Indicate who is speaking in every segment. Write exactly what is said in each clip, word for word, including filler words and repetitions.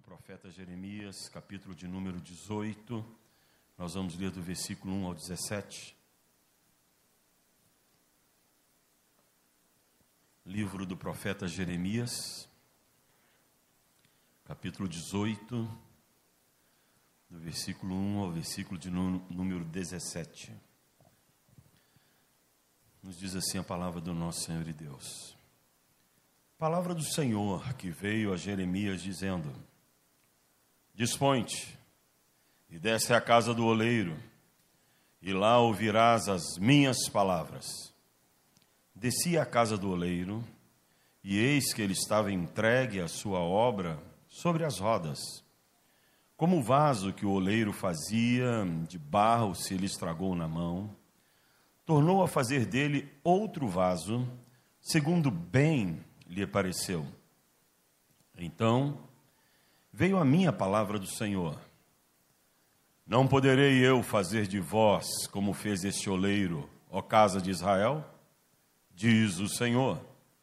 Speaker 1: profeta Jeremias, capítulo de número dezoito. Nós vamos ler do versículo um ao dezessete. Livro do profeta Jeremias, capítulo dezoito, do versículo um ao versículo de número dezessete. Nos diz assim a palavra do nosso Senhor e Deus. Palavra do Senhor que veio a Jeremias dizendo: Dispõe-te e desce à casa do oleiro, e lá ouvirás as minhas palavras. Desci à casa do oleiro, e eis que ele estava entregue à sua obra sobre as rodas. Como o vaso que o oleiro fazia de barro se lhe estragou na mão, tornou a fazer dele outro vaso, segundo bem lhe pareceu. Então veio a minha palavra do Senhor: Não poderei eu fazer de vós como fez este oleiro, ó casa de Israel? Diz o Senhor: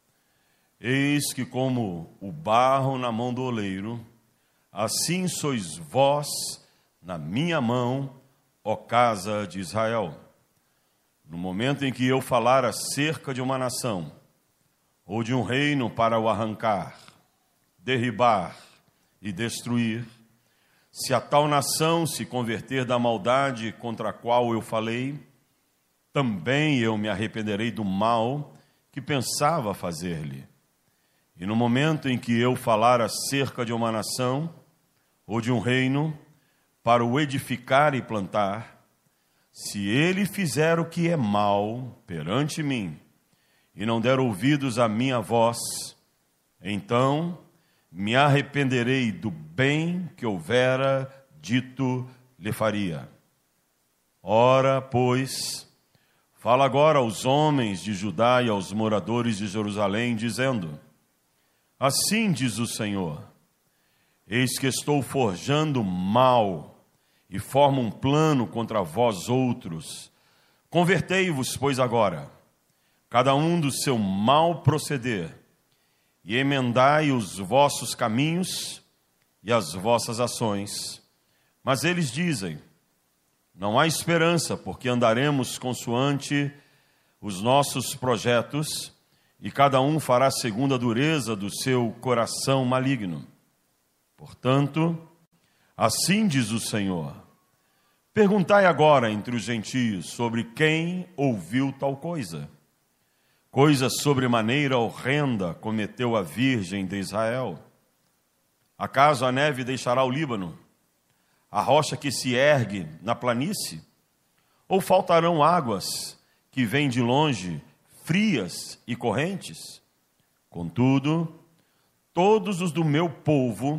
Speaker 1: Eis que como o barro na mão do oleiro, assim sois vós na minha mão, ó casa de Israel. No momento em que eu falar acerca de uma nação, ou de um reino para o arrancar, derribar e destruir, se a tal nação se converter da maldade contra a qual eu falei, também eu me arrependerei do mal que pensava fazer-lhe. E no momento em que eu falar acerca de uma nação, ou de um reino, para o edificar e plantar, se ele fizer o que é mal perante mim, e não der ouvidos à minha voz, então me arrependerei do bem que houvera dito lhe faria. Ora, pois, fala agora aos homens de Judá e aos moradores de Jerusalém, dizendo: Assim diz o Senhor: Eis que estou forjando mal e formo um plano contra vós outros. Convertei-vos, pois, agora, cada um do seu mal proceder, e emendai os vossos caminhos e as vossas ações. Mas eles dizem: Não há esperança, porque andaremos consoante os nossos projetos, e cada um fará segundo a dureza do seu coração maligno. Portanto, assim diz o Senhor: Perguntai agora entre os gentios sobre quem ouviu tal coisa. Coisa sobremaneira horrenda cometeu a Virgem de Israel. Acaso a neve deixará o Líbano, a rocha que se ergue na planície? Ou faltarão águas que vêm de longe, frias e correntes? Contudo, todos os do meu povo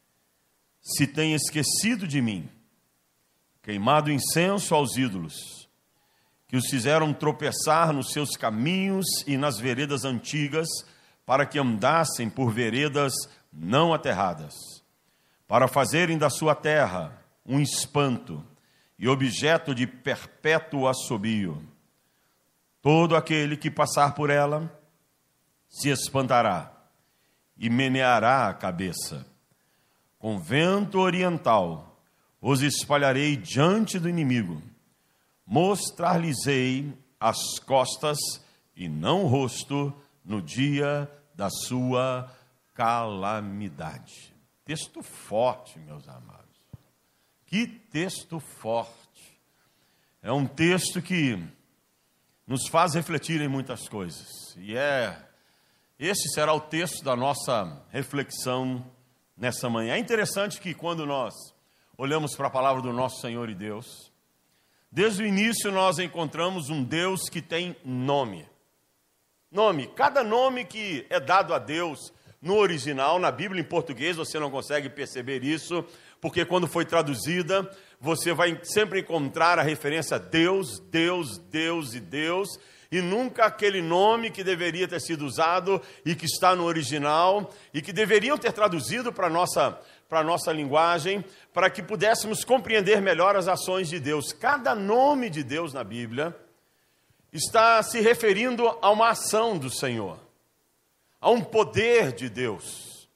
Speaker 1: se têm esquecido de mim, queimado incenso aos ídolos, que os fizeram tropeçar nos seus caminhos e nas veredas antigas, para que andassem por veredas não aterradas, para fazerem da sua terra um espanto e objeto de perpétuo assobio. Todo aquele que passar por ela se espantará e meneará a cabeça. Com vento oriental os espalharei diante do inimigo. Mostrar-lhes-ei as costas e não o rosto no dia da sua calamidade. Texto forte, meus amados. Que texto forte. É um texto que nos faz refletir em muitas coisas. E é esse será o texto da nossa reflexão nessa manhã. É interessante que quando nós olhamos para a palavra do nosso Senhor e Deus, desde o início nós encontramos um Deus que tem nome. Nome, cada nome que é dado a Deus no original, na Bíblia em português, você não consegue perceber isso, porque quando foi traduzida, você vai sempre encontrar a referência a Deus, Deus, Deus e Deus, e nunca aquele nome que deveria ter sido usado e que está no original, e que deveriam ter traduzido para a nossa para a nossa linguagem, para que pudéssemos compreender melhor as ações de Deus. Cada nome de Deus na Bíblia está se referindo a uma ação do Senhor, a um poder de Deus.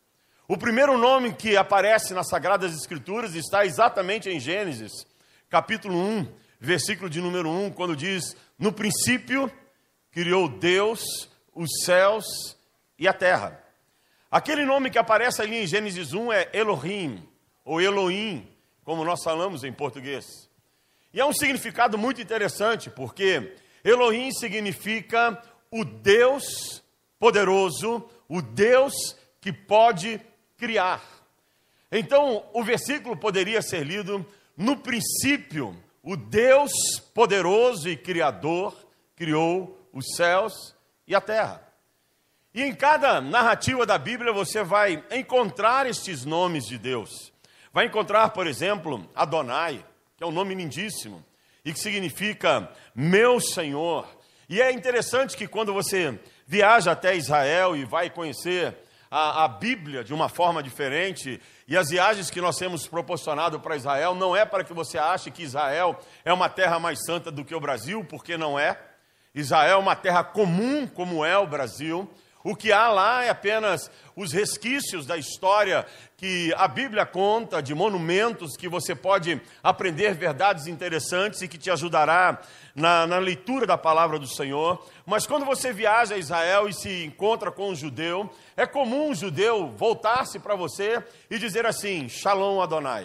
Speaker 1: O primeiro nome que aparece nas Sagradas Escrituras está exatamente em Gênesis, capítulo um, versículo de número um, quando diz: no princípio criou Deus os céus e a terra. Aquele nome que aparece ali em Gênesis um é Elohim, ou Elohim, como nós falamos em português. E é um significado muito interessante, porque Elohim significa o Deus poderoso, o Deus que pode criar. Então, o versículo poderia ser lido: no princípio, o Deus poderoso e criador criou os céus e a terra. E em cada narrativa da Bíblia você vai encontrar estes nomes de Deus. Vai encontrar, por exemplo, Adonai, que é um nome lindíssimo, e que significa meu Senhor. E é interessante que quando você viaja até Israel e vai conhecer a, a Bíblia de uma forma diferente, e as viagens que nós temos proporcionado para Israel, não é para que você ache que Israel é uma terra mais santa do que o Brasil, porque não é. Israel é uma terra comum, como é o Brasil. O que há lá é apenas os resquícios da história que a Bíblia conta, de monumentos que você pode aprender verdades interessantes e que te ajudará na, na leitura da palavra do Senhor. Mas quando você viaja a Israel e se encontra com um judeu, é comum um judeu voltar-se para você e dizer assim: Shalom Adonai.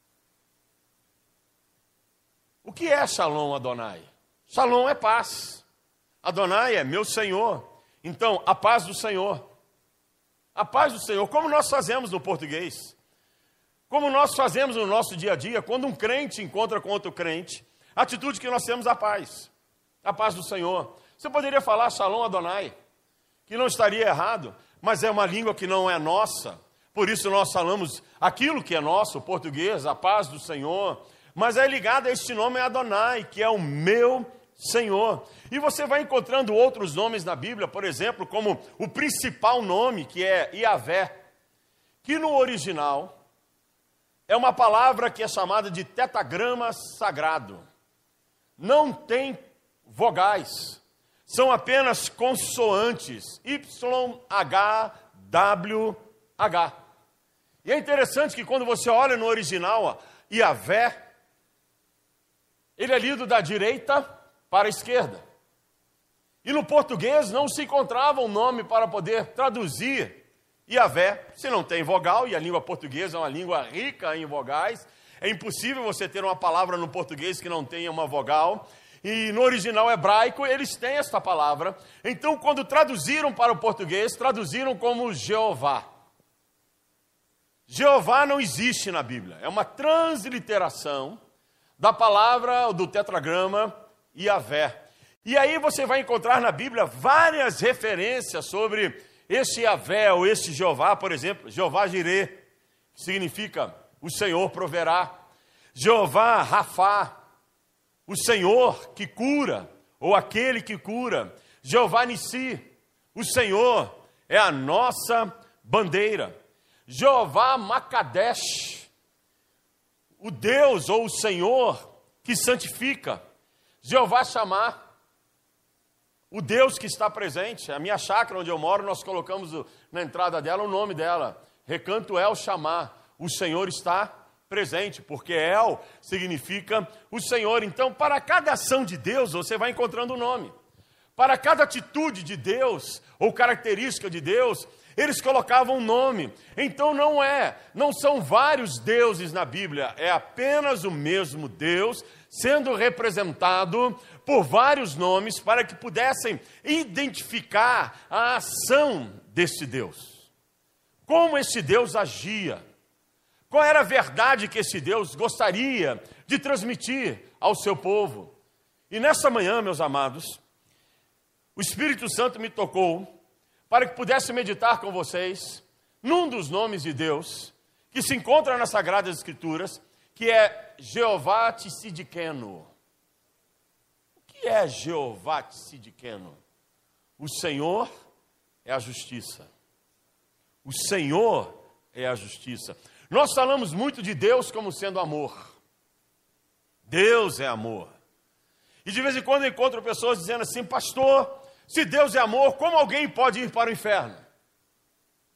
Speaker 1: O que é Shalom Adonai? Shalom é paz. Adonai é meu Senhor. Então, a paz do Senhor. A paz do Senhor, como nós fazemos no português. Como nós fazemos no nosso dia a dia, quando um crente encontra com outro crente, a atitude que nós temos é a paz. A paz do Senhor. Você poderia falar Shalom Adonai, que não estaria errado, mas é uma língua que não é nossa. Por isso nós falamos aquilo que é nosso, o português, a paz do Senhor. Mas é ligado a este nome Adonai, que é o meu Senhor. E você vai encontrando outros nomes na Bíblia, por exemplo, como o principal nome, que é Yahvé, que no original é uma palavra que é chamada de tetragrama sagrado. Não tem vogais, são apenas consoantes, Y, H, W, H. E é interessante que quando você olha no original, ó, Yahvé, ele é lido da direita para a esquerda. E no português não se encontrava um nome para poder traduzir Yahvé, se não tem vogal, e a língua portuguesa é uma língua rica em vogais. É impossível você ter uma palavra no português que não tenha uma vogal. E no original hebraico eles têm esta palavra. Então, quando traduziram para o português, traduziram como Jeová. Jeová não existe na Bíblia. É uma transliteração da palavra do tetragrama Yahvé. E aí você vai encontrar na Bíblia várias referências sobre este Yahvé ou este Jeová, por exemplo, Jeová Jirê, que significa o Senhor proverá. Jeová Rafá, o Senhor que cura, ou aquele que cura. Jeová Nissi, o Senhor é a nossa bandeira. Jeová Makadesh, o Deus ou o Senhor que santifica. Jeová Chamar, o Deus que está presente. A minha chácara onde eu moro, nós colocamos na entrada dela o nome dela, Recanto El Chamar, o Senhor está presente, porque El significa o Senhor. Então, para cada ação de Deus, você vai encontrando um nome. Para cada atitude de Deus, ou característica de Deus, eles colocavam um nome. Então não é, não são vários deuses na Bíblia, é apenas o mesmo Deus, sendo representado por vários nomes, para que pudessem identificar a ação deste Deus. Como esse Deus agia. Qual era a verdade que esse Deus gostaria de transmitir ao seu povo. E nessa manhã, meus amados, o Espírito Santo me tocou para que pudesse meditar com vocês num dos nomes de Deus que se encontra nas Sagradas Escrituras, que é Jeová Tsidkenu. O que é Jeová Tsidkenu? O Senhor é a justiça. O Senhor é a justiça. Nós falamos muito de Deus como sendo amor. Deus é amor. E de vez em quando eu encontro pessoas dizendo assim: pastor, se Deus é amor, como alguém pode ir para o inferno?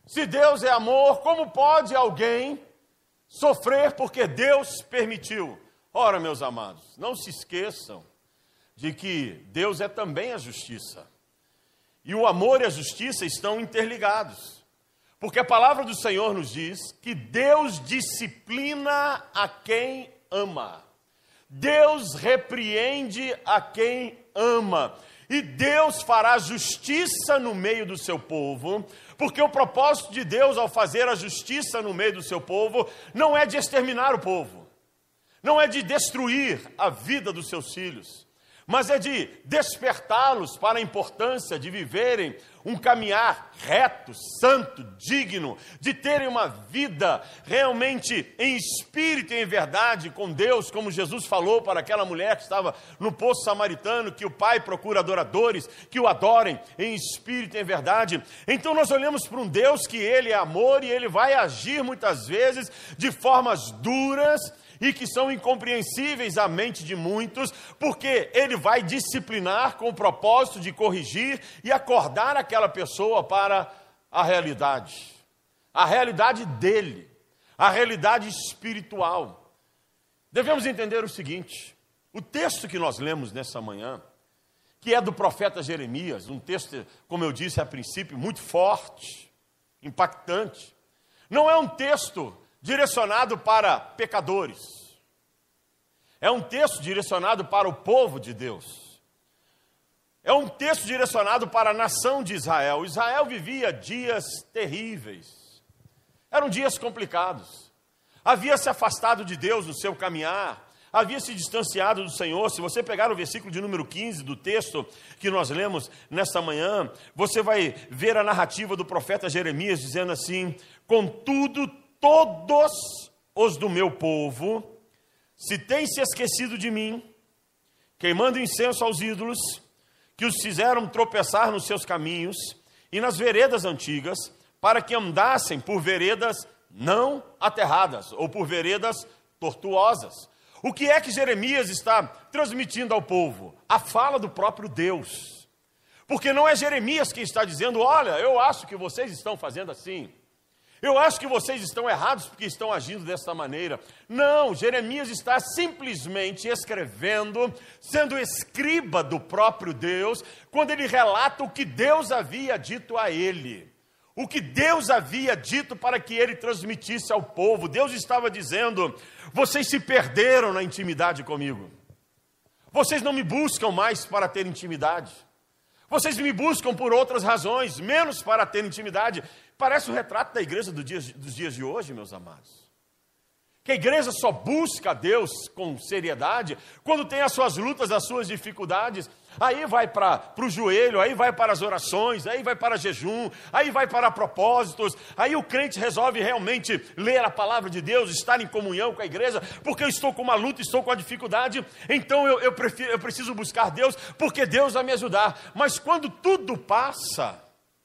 Speaker 1: Se Deus é amor, como pode alguém sofrer porque Deus permitiu? Ora, meus amados, não se esqueçam de que Deus é também a justiça. E o amor e a justiça estão interligados. Porque a palavra do Senhor nos diz que Deus disciplina a quem ama. Deus repreende a quem ama. E Deus fará justiça no meio do seu povo, porque o propósito de Deus ao fazer a justiça no meio do seu povo não é de exterminar o povo, não é de destruir a vida dos seus filhos, mas é de despertá-los para a importância de viverem um caminhar reto, santo, digno, de terem uma vida realmente em espírito e em verdade com Deus, como Jesus falou para aquela mulher que estava no poço samaritano, que o Pai procura adoradores, que o adorem em espírito e em verdade. Então nós olhamos para um Deus que Ele é amor e Ele vai agir muitas vezes de formas duras, e que são incompreensíveis à mente de muitos, porque Ele vai disciplinar com o propósito de corrigir e acordar aquela pessoa para a realidade, a realidade dele, a realidade espiritual. Devemos entender o seguinte: o texto que nós lemos nessa manhã, que é do profeta Jeremias, um texto, como eu disse a princípio, muito forte, impactante, não é um texto direcionado para pecadores. É um texto direcionado para o povo de Deus. É um texto direcionado para a nação de Israel. Israel vivia dias terríveis. Eram dias complicados. Havia se afastado de Deus no seu caminhar. Havia se distanciado do Senhor. Se você pegar o versículo de número quinze do texto que nós lemos nesta manhã, você vai ver a narrativa do profeta Jeremias dizendo assim: contudo, todos os do meu povo se têm se esquecido de mim, queimando incenso aos ídolos, que os fizeram tropeçar nos seus caminhos e nas veredas antigas, para que andassem por veredas não aterradas, ou por veredas tortuosas. O que é que Jeremias está transmitindo ao povo? A fala do próprio Deus. Porque não é Jeremias quem está dizendo: olha, eu acho que vocês estão fazendo assim. Eu acho que vocês estão errados porque estão agindo dessa maneira. Não, Jeremias está simplesmente escrevendo, sendo escriba do próprio Deus, quando ele relata o que Deus havia dito a ele. O que Deus havia dito para que ele transmitisse ao povo. Deus estava dizendo: vocês se perderam na intimidade comigo. Vocês não me buscam mais para ter intimidade. Vocês me buscam por outras razões, menos para ter intimidade. Parece o retrato da igreja do dia, dos dias de hoje, meus amados. Que a igreja só busca a Deus com seriedade quando tem as suas lutas, as suas dificuldades. Aí vai para o joelho, aí vai para as orações, aí vai para jejum, aí vai para propósitos. Aí o crente resolve realmente ler a palavra de Deus, estar em comunhão com a igreja, porque eu estou com uma luta, estou com uma dificuldade, então eu, eu, prefiro, eu preciso buscar Deus, porque Deus vai me ajudar. Mas quando tudo passa,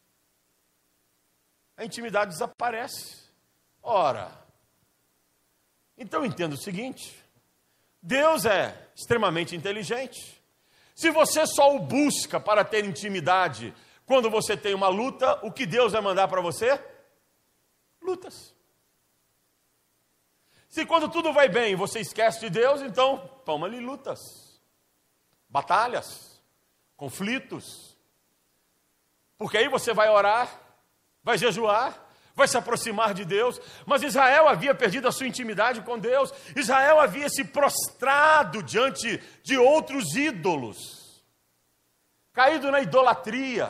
Speaker 1: a intimidade desaparece. Ora, então entenda o seguinte: Deus é extremamente inteligente. Se você só o busca para ter intimidade quando você tem uma luta, o que Deus vai mandar para você? Lutas. Se quando tudo vai bem você esquece de Deus, então toma-lhe lutas, batalhas, conflitos. Porque aí você vai orar, vai jejuar, vai se aproximar de Deus. Mas Israel havia perdido a sua intimidade com Deus. Israel havia se prostrado diante de outros ídolos, caído na idolatria,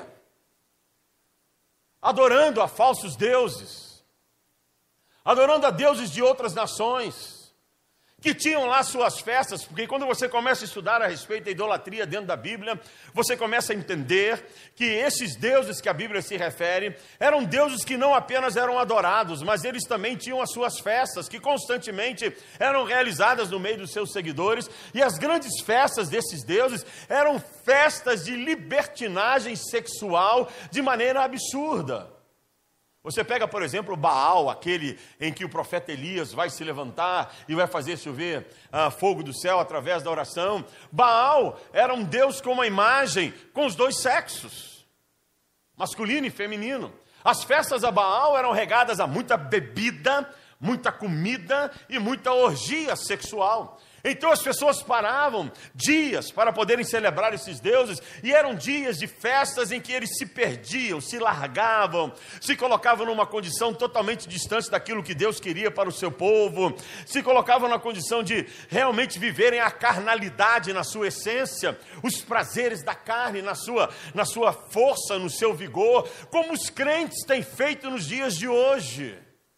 Speaker 1: adorando a falsos deuses, adorando a deuses de outras nações, que tinham lá suas festas, porque quando você começa a estudar a respeito da idolatria dentro da Bíblia, você começa a entender que esses deuses que a Bíblia se refere, eram deuses que não apenas eram adorados, mas eles também tinham as suas festas, que constantemente eram realizadas no meio dos seus seguidores, e as grandes festas desses deuses eram festas de libertinagem sexual de maneira absurda. Você pega, por exemplo, Baal, aquele em que o profeta Elias vai se levantar e vai fazer chover ah, fogo do céu através da oração. Baal era um deus com uma imagem com os dois sexos, masculino e feminino. As festas a Baal eram regadas a muita bebida, muita comida e muita orgia sexual. Então as pessoas paravam dias para poderem celebrar esses deuses, e eram dias de festas em que eles se perdiam, se largavam, se colocavam numa condição totalmente distante daquilo que Deus queria para o seu povo, se colocavam na condição de realmente viverem a carnalidade na sua essência, os prazeres da carne na sua, na sua força, no seu vigor, como os crentes têm feito nos dias de hoje.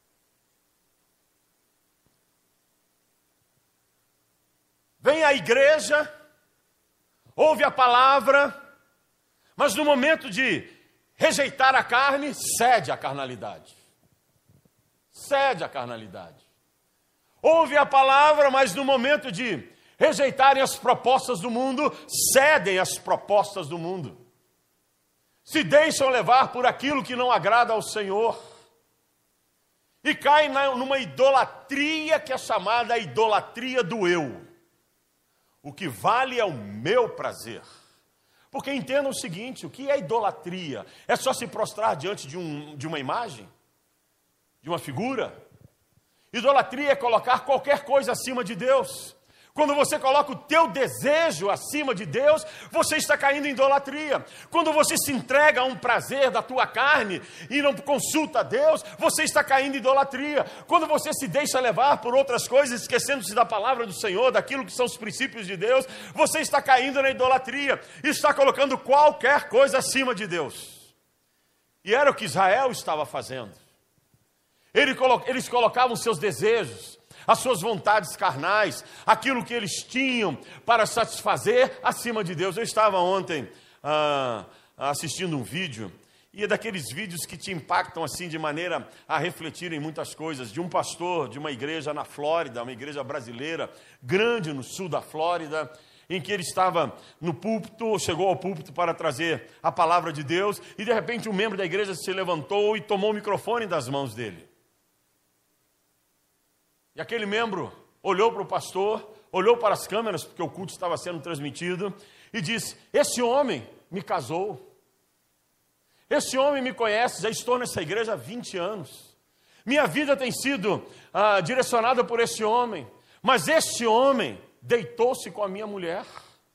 Speaker 1: Vem à igreja, ouve a palavra, mas no momento de rejeitar a carne, cede à carnalidade. Cede à carnalidade. Ouve a palavra, mas no momento de rejeitarem as propostas do mundo, cedem às propostas do mundo. Se deixam levar por aquilo que não agrada ao Senhor. E caem numa idolatria que é chamada a idolatria do eu. O que vale é o meu prazer. Porque entendam o seguinte, o que é idolatria? É só se prostrar diante de, um, de uma imagem? De uma figura? Idolatria é colocar qualquer coisa acima de Deus. Quando você coloca o teu desejo acima de Deus, você está caindo em idolatria. Quando você se entrega a um prazer da tua carne e não consulta a Deus, você está caindo em idolatria. Quando você se deixa levar por outras coisas, esquecendo-se da palavra do Senhor, daquilo que são os princípios de Deus, você está caindo na idolatria. E está colocando qualquer coisa acima de Deus. E era o que Israel estava fazendo. Eles colocavam seus desejos, as suas vontades carnais, aquilo que eles tinham para satisfazer acima de Deus. Eu estava ontem ah, assistindo um vídeo, e é daqueles vídeos que te impactam assim de maneira a refletir em muitas coisas, de um pastor de uma igreja na Flórida, uma igreja brasileira, grande no sul da Flórida, em que ele estava no púlpito, chegou ao púlpito para trazer a palavra de Deus, e de repente um membro da igreja se levantou e tomou o microfone das mãos dele. E aquele membro olhou para o pastor, olhou para as câmeras, porque o culto estava sendo transmitido, e disse: esse homem me casou, esse homem me conhece, já estou nessa igreja há vinte anos, minha vida tem sido ah, direcionada por esse homem, mas esse homem deitou-se com a minha mulher,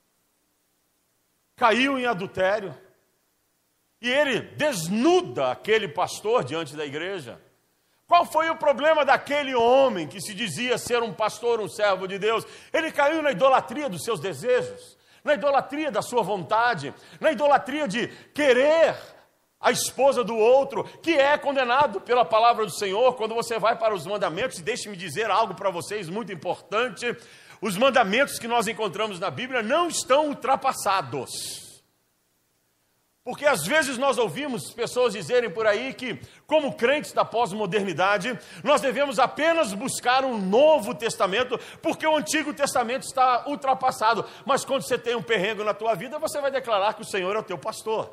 Speaker 1: caiu em adultério, e ele desnuda aquele pastor diante da igreja. Qual foi o problema daquele homem que se dizia ser um pastor, um servo de Deus? Ele caiu na idolatria dos seus desejos, na idolatria da sua vontade, na idolatria de querer a esposa do outro, que é condenado pela palavra do Senhor. Quando você vai para os mandamentos, e deixe-me dizer algo para vocês muito importante, os mandamentos que nós encontramos na Bíblia não estão ultrapassados. Porque às vezes nós ouvimos pessoas dizerem por aí que, como crentes da pós-modernidade, nós devemos apenas buscar um Novo Testamento, porque o Antigo Testamento está ultrapassado. Mas quando você tem um perrengue na tua vida, você vai declarar que o Senhor é o teu pastor.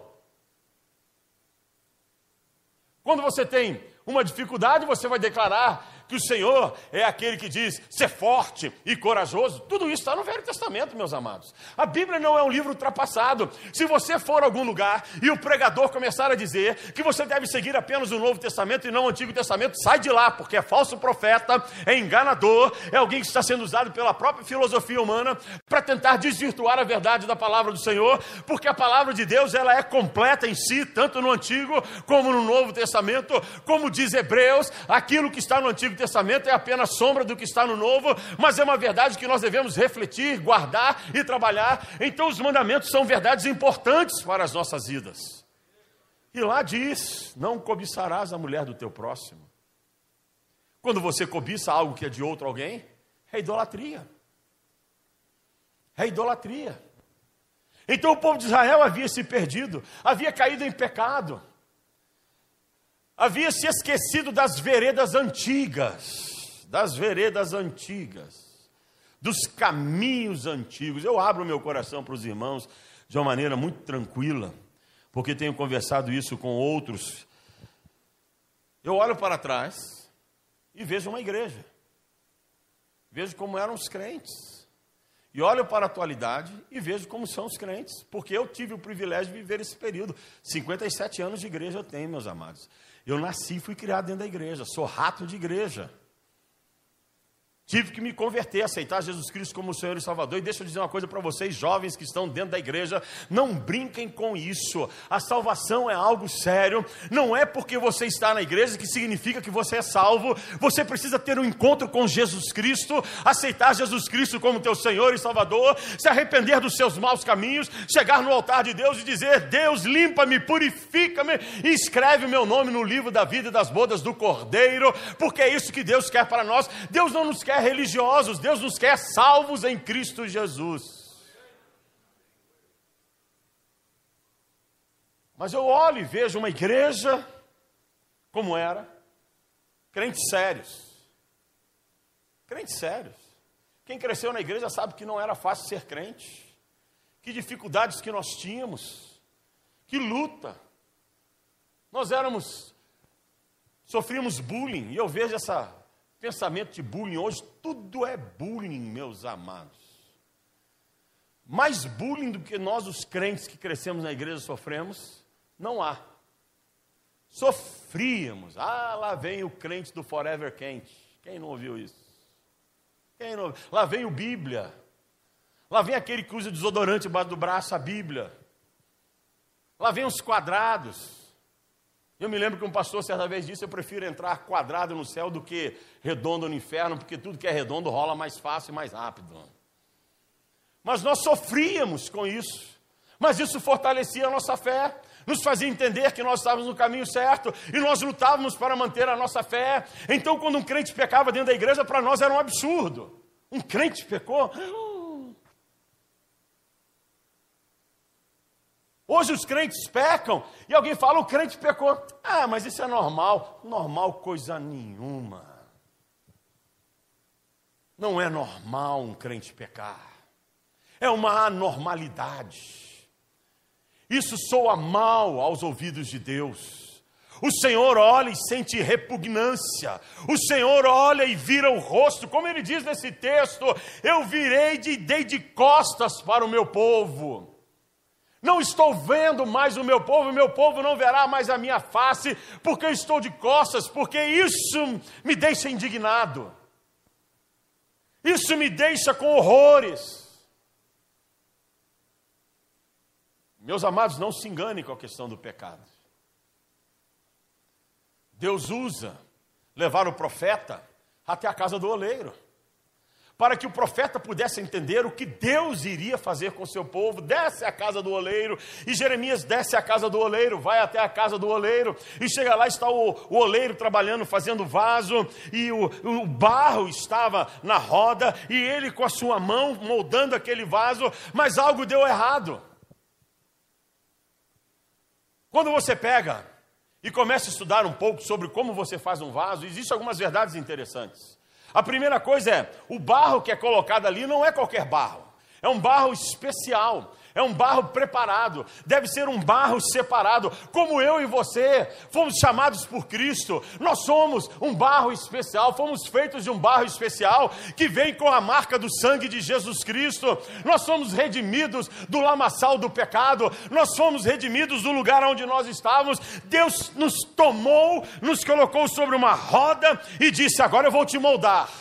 Speaker 1: Quando você tem uma dificuldade, você vai declarar que o Senhor é aquele que diz, ser forte e corajoso. Tudo isso está no Velho Testamento, meus amados. A Bíblia não é um livro ultrapassado. Se você for a algum lugar e o pregador começar a dizer que você deve seguir apenas o Novo Testamento e não o Antigo Testamento, sai de lá, porque é falso profeta, é enganador, é alguém que está sendo usado pela própria filosofia humana para tentar desvirtuar a verdade da palavra do Senhor, porque a palavra de Deus ela é completa em si, tanto no Antigo como no Novo Testamento. Como diz Hebreus, aquilo que está no Antigo Testamento é apenas sombra do que está no Novo, mas é uma verdade que nós devemos refletir, guardar e trabalhar. Então os mandamentos são verdades importantes para as nossas vidas. E lá diz, não cobiçarás a mulher do teu próximo. Quando você cobiça algo que é de outro alguém, é idolatria. É idolatria. Então o povo de Israel havia se perdido, havia caído em pecado. Havia se esquecido das veredas antigas, das veredas antigas, dos caminhos antigos. Eu abro meu coração para os irmãos de uma maneira muito tranquila, porque tenho conversado isso com outros. Eu olho para trás e vejo uma igreja, vejo como eram os crentes, e olho para a atualidade e vejo como são os crentes, porque eu tive o privilégio de viver esse período. cinquenta e sete anos de igreja eu tenho, meus amados. Eu nasci e fui criado dentro da igreja, sou rato de igreja. Tive que me converter, aceitar Jesus Cristo como Senhor e Salvador. E deixa eu dizer uma coisa para vocês, jovens que estão dentro da igreja, não brinquem com isso. A salvação é algo sério. Não é porque você está na igreja que significa que você é salvo. Você precisa ter um encontro com Jesus Cristo, aceitar Jesus Cristo como teu Senhor e Salvador, se arrepender dos seus maus caminhos, chegar no altar de Deus e dizer: Deus, limpa-me, purifica-me e escreve o meu nome no livro da vida e das bodas do Cordeiro, porque é isso que Deus quer para nós. Deus não nos quer religiosos, Deus nos quer salvos em Cristo Jesus. Mas eu olho e vejo uma igreja como era, crentes sérios, crentes sérios. Quem cresceu na igreja sabe que não era fácil ser crente, que dificuldades que nós tínhamos, que luta. Nós éramos, sofríamos bullying, e eu vejo essa pensamento de bullying hoje, tudo é bullying, meus amados. Mais bullying do que nós, os crentes que crescemos na igreja, sofremos, não há. Sofríamos. Ah, lá vem o crente do Forever Quente. Quem não ouviu isso? Quem não... Lá vem o Bíblia. Lá vem aquele que usa desodorante embaixo do braço, a Bíblia. Lá vem os quadrados. Eu me lembro que um pastor certa vez disse: eu prefiro entrar quadrado no céu do que redondo no inferno, porque tudo que é redondo rola mais fácil e mais rápido. Mas nós sofríamos com isso, mas isso fortalecia a nossa fé, nos fazia entender que nós estávamos no caminho certo, e nós lutávamos para manter a nossa fé. Então, quando um crente pecava dentro da igreja, para nós era um absurdo. Um crente pecou... Hoje os crentes pecam, e alguém fala: o crente pecou. Ah, mas isso é normal. Normal coisa nenhuma. Não é normal um crente pecar. É uma anormalidade. Isso soa mal aos ouvidos de Deus. O Senhor olha e sente repugnância. O Senhor olha e vira o rosto. Como ele diz nesse texto: eu virei e dei de costas para o meu povo. Não estou vendo mais o meu povo, o meu povo não verá mais a minha face, porque eu estou de costas, porque isso me deixa indignado. Isso me deixa com horrores. Meus amados, não se enganem com a questão do pecado. Deus usa levar o profeta até a casa do oleiro, para que o profeta pudesse entender o que Deus iria fazer com o seu povo. Desce à casa do oleiro, e Jeremias desce à casa do oleiro, vai até a casa do oleiro, e chega lá, está o, o oleiro trabalhando, fazendo vaso, e o, o barro estava na roda, e ele com a sua mão moldando aquele vaso, mas algo deu errado. Quando você pega e começa a estudar um pouco sobre como você faz um vaso, existem algumas verdades interessantes. A primeira coisa é: o barro que é colocado ali não é qualquer barro, é um barro especial, é um barro preparado, deve ser um barro separado. Como eu e você fomos chamados por Cristo, nós somos um barro especial, fomos feitos de um barro especial, que vem com a marca do sangue de Jesus Cristo. Nós somos redimidos do lamaçal do pecado, nós somos redimidos do lugar onde nós estávamos. Deus nos tomou, nos colocou sobre uma roda e disse: agora eu vou te moldar.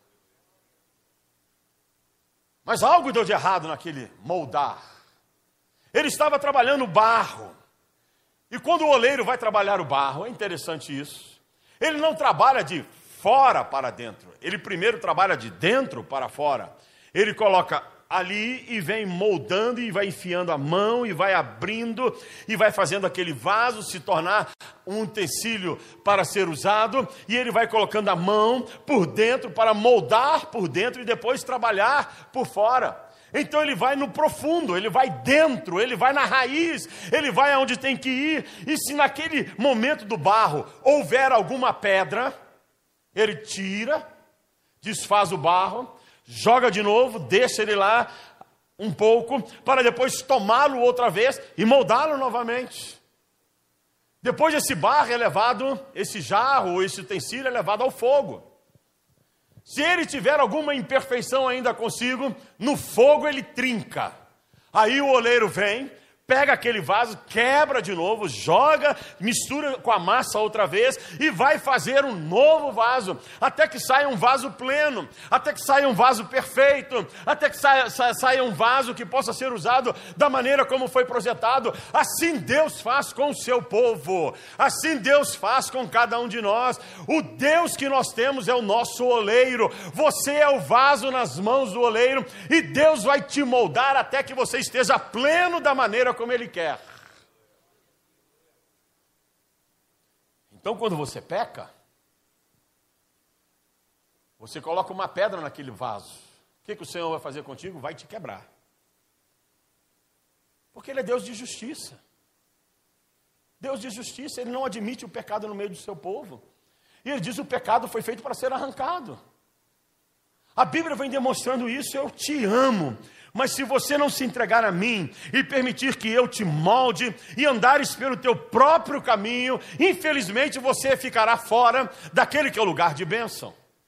Speaker 1: Mas algo deu de errado naquele moldar. Ele estava trabalhando o barro. E quando o oleiro vai trabalhar o barro, é interessante isso, ele não trabalha de fora para dentro. Ele primeiro trabalha de dentro para fora. Ele coloca ali e vem moldando, e vai enfiando a mão, e vai abrindo, e vai fazendo aquele vaso se tornar um utensílio para ser usado. E ele vai colocando a mão por dentro para moldar por dentro e depois trabalhar por fora. Então ele vai no profundo, ele vai dentro, ele vai na raiz, ele vai aonde tem que ir. E se naquele momento do barro houver alguma pedra, ele tira, desfaz o barro, joga de novo, deixa ele lá um pouco, para depois tomá-lo outra vez e moldá-lo novamente. Depois esse barro é levado, esse jarro ou esse utensílio é levado ao fogo. Se ele tiver alguma imperfeição ainda consigo, no fogo ele trinca. Aí o oleiro vem, pega aquele vaso, quebra de novo, joga, mistura com a massa outra vez e vai fazer um novo vaso, até que saia um vaso pleno, até que saia um vaso perfeito, até que saia, saia, saia um vaso que possa ser usado da maneira como foi projetado. Assim Deus faz com o seu povo, assim Deus faz com cada um de nós. O Deus que nós temos é o nosso oleiro, você é o vaso nas mãos do oleiro, e Deus vai te moldar até que você esteja pleno da maneira como Ele quer. Então, quando você peca, você coloca uma pedra naquele vaso. O que, que o Senhor vai fazer contigo? Vai te quebrar. Porque Ele é Deus de justiça. Deus de justiça, Ele não admite o pecado no meio do seu povo. E Ele diz que o pecado foi feito para ser arrancado. A Bíblia vem demonstrando isso. Eu te amo, mas se você não se entregar a mim e permitir que eu te molde e andares pelo teu próprio caminho, infelizmente você ficará fora daquele que é o lugar de bênção.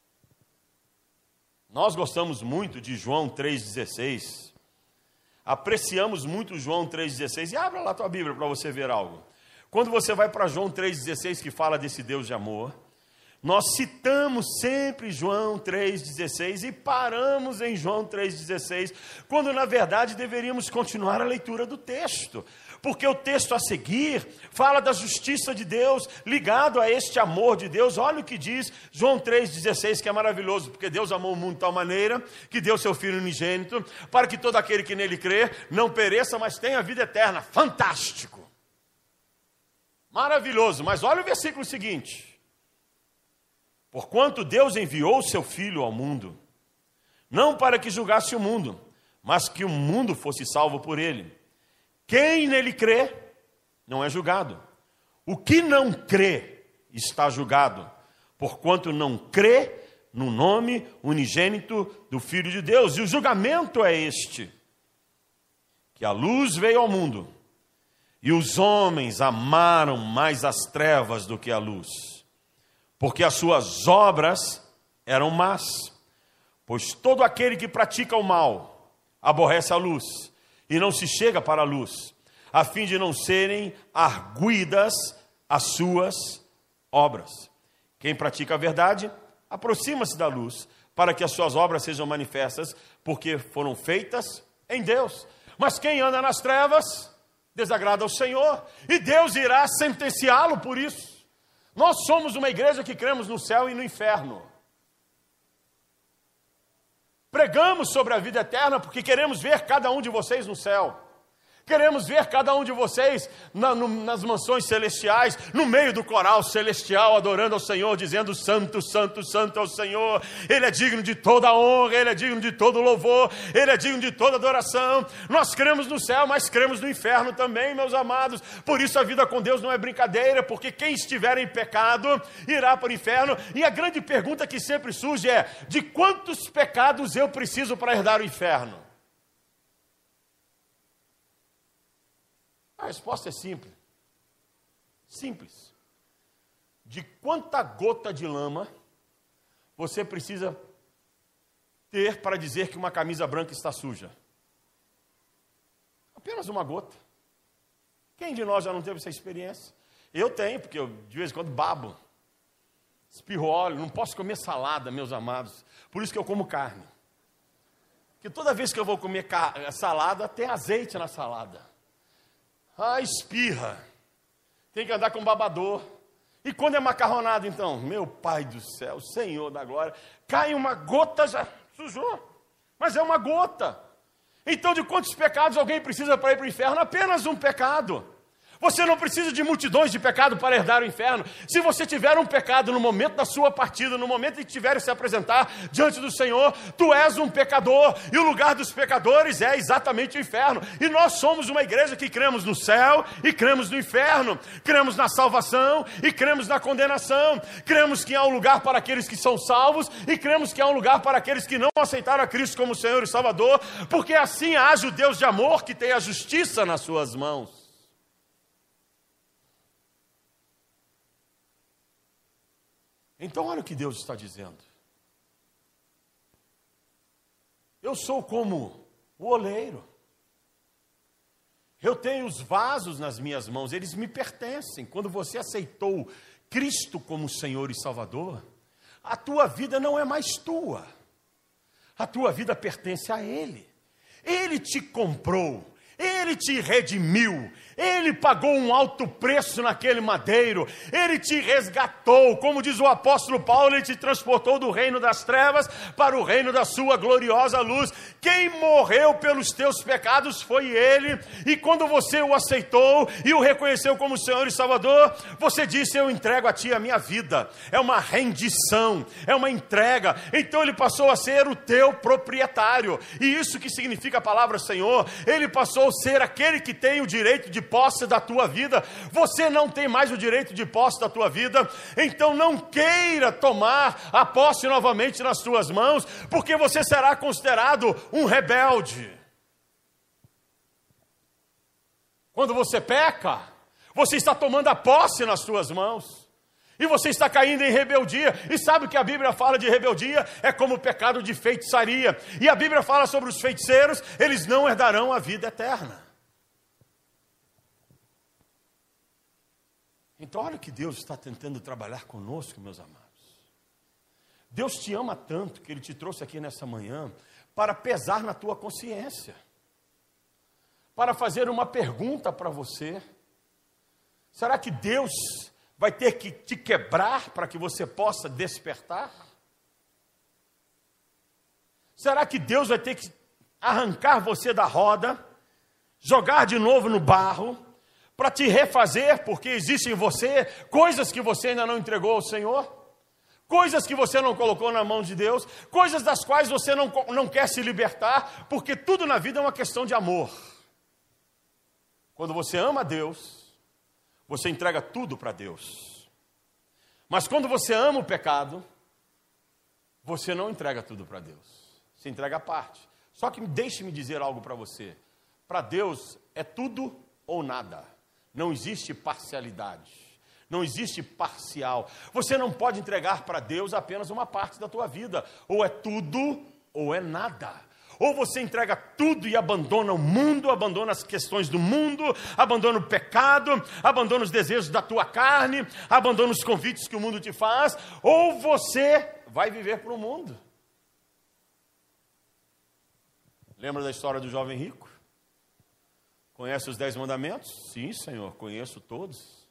Speaker 1: Nós gostamos muito de João três dezesseis, apreciamos muito João três dezesseis, e abra lá a tua Bíblia para você ver algo. Quando você vai para João três dezesseis, que fala desse Deus de amor, nós citamos sempre João três dezesseis e paramos em João três dezesseis, quando na verdade deveríamos continuar a leitura do texto, porque o texto a seguir fala da justiça de Deus, ligado a este amor de Deus. Olha o que diz João três dezesseis, que é maravilhoso, porque Deus amou o mundo de tal maneira, que deu seu Filho unigênito, para que todo aquele que nele crê, não pereça, mas tenha vida eterna. Fantástico! Maravilhoso, mas olha o versículo seguinte: porquanto Deus enviou o seu Filho ao mundo, não para que julgasse o mundo, mas que o mundo fosse salvo por ele. Quem nele crê, não é julgado. O que não crê, está julgado, porquanto não crê no nome unigênito do Filho de Deus. E o julgamento é este: que a luz veio ao mundo, e os homens amaram mais as trevas do que a luz, porque as suas obras eram más. Pois todo aquele que pratica o mal aborrece a luz, e não se chega para a luz, a fim de não serem arguidas as suas obras. Quem pratica a verdade, aproxima-se da luz, para que as suas obras sejam manifestas, porque foram feitas em Deus. Mas quem anda nas trevas, desagrada ao Senhor, e Deus irá sentenciá-lo por isso. Nós somos uma igreja que cremos no céu e no inferno. Pregamos sobre a vida eterna porque queremos ver cada um de vocês no céu. Queremos ver cada um de vocês na, no, nas mansões celestiais, no meio do coral celestial, adorando ao Senhor, dizendo: santo, santo, santo é o Senhor. Ele é digno de toda honra, Ele é digno de todo louvor, Ele é digno de toda adoração. Nós cremos no céu, mas cremos no inferno também, meus amados. Por isso a vida com Deus não é brincadeira, porque quem estiver em pecado irá para o inferno. E a grande pergunta que sempre surge é: de quantos pecados eu preciso para herdar o inferno? A resposta é simples. Simples. De quanta gota de lama você precisa ter para dizer que uma camisa branca está suja? Apenas uma gota. Quem de nós já não teve essa experiência? Eu tenho, porque eu de vez em quando babo, espirro óleo, não posso comer salada, meus amados. Por isso que eu como carne. Porque toda vez que eu vou comer salada, tem azeite na salada. Ah, espirra. Tem que andar com babador. E quando é macarronada, então? Meu Pai do céu, Senhor da glória, cai uma gota, já sujou. Mas é uma gota. Então, de quantos pecados alguém precisa para ir para o inferno? Apenas um pecado. Você não precisa de multidões de pecado para herdar o inferno. Se você tiver um pecado no momento da sua partida, no momento em que tiver se apresentar diante do Senhor, tu és um pecador, e o lugar dos pecadores é exatamente o inferno. E nós somos uma igreja que cremos no céu e cremos no inferno, cremos na salvação e cremos na condenação, cremos que há um lugar para aqueles que são salvos e cremos que há um lugar para aqueles que não aceitaram a Cristo como Senhor e Salvador, porque assim age o Deus de amor que tem a justiça nas suas mãos. Então olha o que Deus está dizendo. Eu sou como o oleiro. Eu tenho os vasos nas minhas mãos, eles me pertencem. Quando você aceitou Cristo como Senhor e Salvador, a tua vida não é mais tua. A tua vida pertence a Ele. Ele te comprou, Ele te redimiu, Ele pagou um alto preço naquele madeiro, Ele te resgatou, como diz o apóstolo Paulo, Ele te transportou do reino das trevas para o reino da sua gloriosa luz. Quem morreu pelos teus pecados foi Ele, e quando você o aceitou e o reconheceu como Senhor e Salvador, você disse: eu entrego a Ti a minha vida. É uma rendição, é uma entrega. Então Ele passou a ser o teu proprietário, e isso que significa a palavra Senhor. Ele passou a ser aquele que tem o direito de posse da tua vida. Você não tem mais o direito de posse da tua vida, então não queira tomar a posse novamente nas tuas mãos, porque você será considerado um rebelde. Quando você peca, você está tomando a posse nas tuas mãos, e você está caindo em rebeldia. E sabe o que a Bíblia fala de rebeldia? É como o pecado de feitiçaria. E a Bíblia fala sobre os feiticeiros: eles não herdarão a vida eterna. Então olha o que Deus está tentando trabalhar conosco, meus amados. Deus te ama tanto que Ele te trouxe aqui nessa manhã para pesar na tua consciência, para fazer uma pergunta para você: será que Deus vai ter que te quebrar para que você possa despertar? Será que Deus vai ter que arrancar você da roda, jogar de novo no barro, para te refazer, porque existem em você coisas que você ainda não entregou ao Senhor? Coisas que você não colocou na mão de Deus, coisas das quais você não, não quer se libertar, porque tudo na vida é uma questão de amor. Quando você ama a Deus, você entrega tudo para Deus. Mas quando você ama o pecado, você não entrega tudo para Deus. Você entrega a parte. Só que deixe-me dizer algo para você. Para Deus é tudo ou nada. Não existe parcialidade. Não existe parcial. Você não pode entregar para Deus apenas uma parte da tua vida. Ou é tudo ou é nada. Ou você entrega tudo e abandona o mundo, abandona as questões do mundo, abandona o pecado, abandona os desejos da tua carne, abandona os convites que o mundo te faz, ou você vai viver para o mundo. Lembra da história do jovem rico? Conhece os dez mandamentos? Sim, Senhor, conheço todos.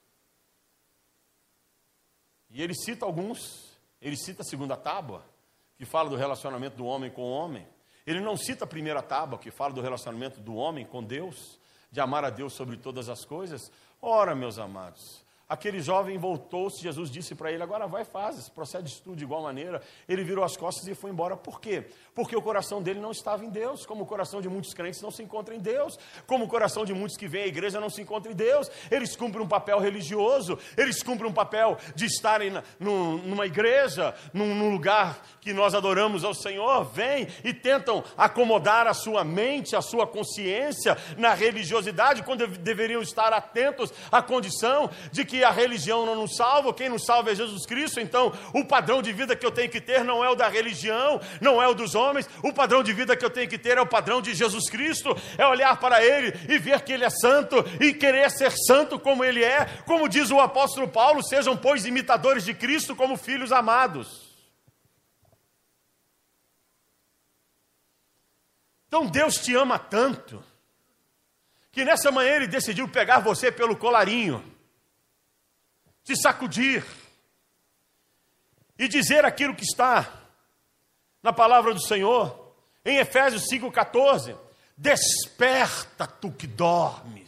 Speaker 1: E ele cita alguns. Ele cita a segunda tábua, que fala do relacionamento do homem com o homem. Ele não cita a primeira tábua, que fala do relacionamento do homem com Deus, de amar a Deus sobre todas as coisas. Ora, meus amados, aquele jovem voltou-se, Jesus disse para ele: agora vai e faz, procede tudo de igual maneira. Ele virou as costas e foi embora. Por quê? Porque o coração dele não estava em Deus, como o coração de muitos crentes não se encontra em Deus, como o coração de muitos que vêm à igreja não se encontra em Deus. Eles cumprem um papel religioso, eles cumprem um papel de estarem na, num, numa igreja, num, num lugar que nós adoramos ao Senhor, vêm e tentam acomodar a sua mente, a sua consciência na religiosidade, quando deveriam estar atentos à condição de que a religião não nos salva, quem nos salva é Jesus Cristo. Então o padrão de vida que eu tenho que ter não é o da religião, não é o dos homens. O padrão de vida que eu tenho que ter é o padrão de Jesus Cristo, é olhar para Ele e ver que Ele é santo e querer ser santo como Ele é. Como diz o apóstolo Paulo: sejam, pois, imitadores de Cristo como filhos amados. Então Deus te ama tanto, que nessa manhã Ele decidiu pegar você pelo colarinho, te sacudir e dizer aquilo que está na palavra do Senhor, em Efésios cinco, catorze: desperta tu que dormes,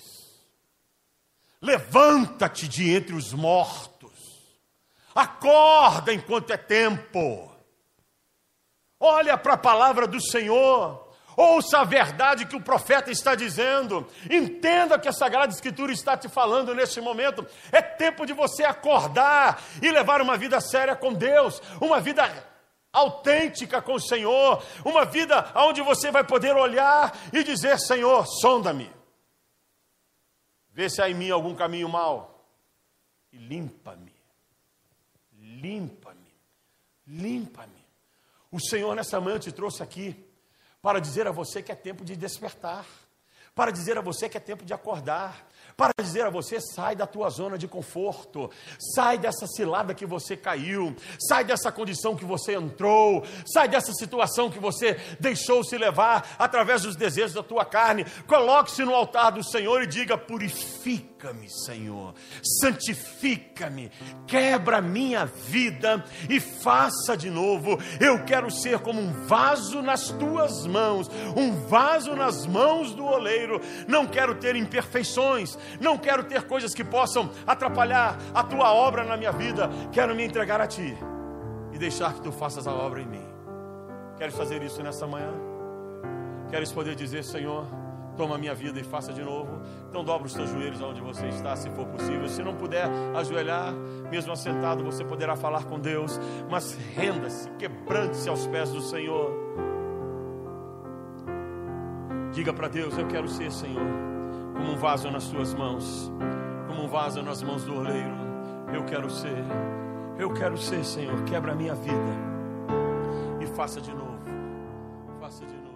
Speaker 1: levanta-te de entre os mortos, acorda enquanto é tempo, olha para a palavra do Senhor, ouça a verdade que o profeta está dizendo, entenda o que a Sagrada Escritura está te falando neste momento. É tempo de você acordar e levar uma vida séria com Deus, uma vida autêntica com o Senhor, uma vida onde você vai poder olhar e dizer: Senhor, sonda-me, vê se há em mim algum caminho mau e limpa-me, limpa-me, limpa-me. O Senhor nessa manhã te trouxe aqui para dizer a você que é tempo de despertar, para dizer a você que é tempo de acordar, para dizer a você: sai da tua zona de conforto, sai dessa cilada que você caiu, sai dessa condição que você entrou, sai dessa situação que você deixou se levar através dos desejos da tua carne. Coloque-se no altar do Senhor e diga: purifica-me, Senhor, santifica-me, quebra a minha vida e faça de novo. Eu quero ser como um vaso nas tuas mãos, um vaso nas mãos do oleiro. Não quero ter imperfeições, não quero ter coisas que possam atrapalhar a tua obra na minha vida. Quero me entregar a ti e deixar que tu faças a obra em mim. Queres fazer isso nessa manhã? Queres poder dizer: Senhor, toma a minha vida e faça de novo? Então dobra os teus joelhos onde você está, se for possível. Se não puder ajoelhar, mesmo assentado, você poderá falar com Deus, mas renda-se, quebrante-se aos pés do Senhor. Diga para Deus: eu quero ser, Senhor, como um vaso nas tuas mãos, como um vaso nas mãos do oleiro. Eu quero ser, eu quero ser, Senhor, quebra a minha vida e faça de novo, faça de novo.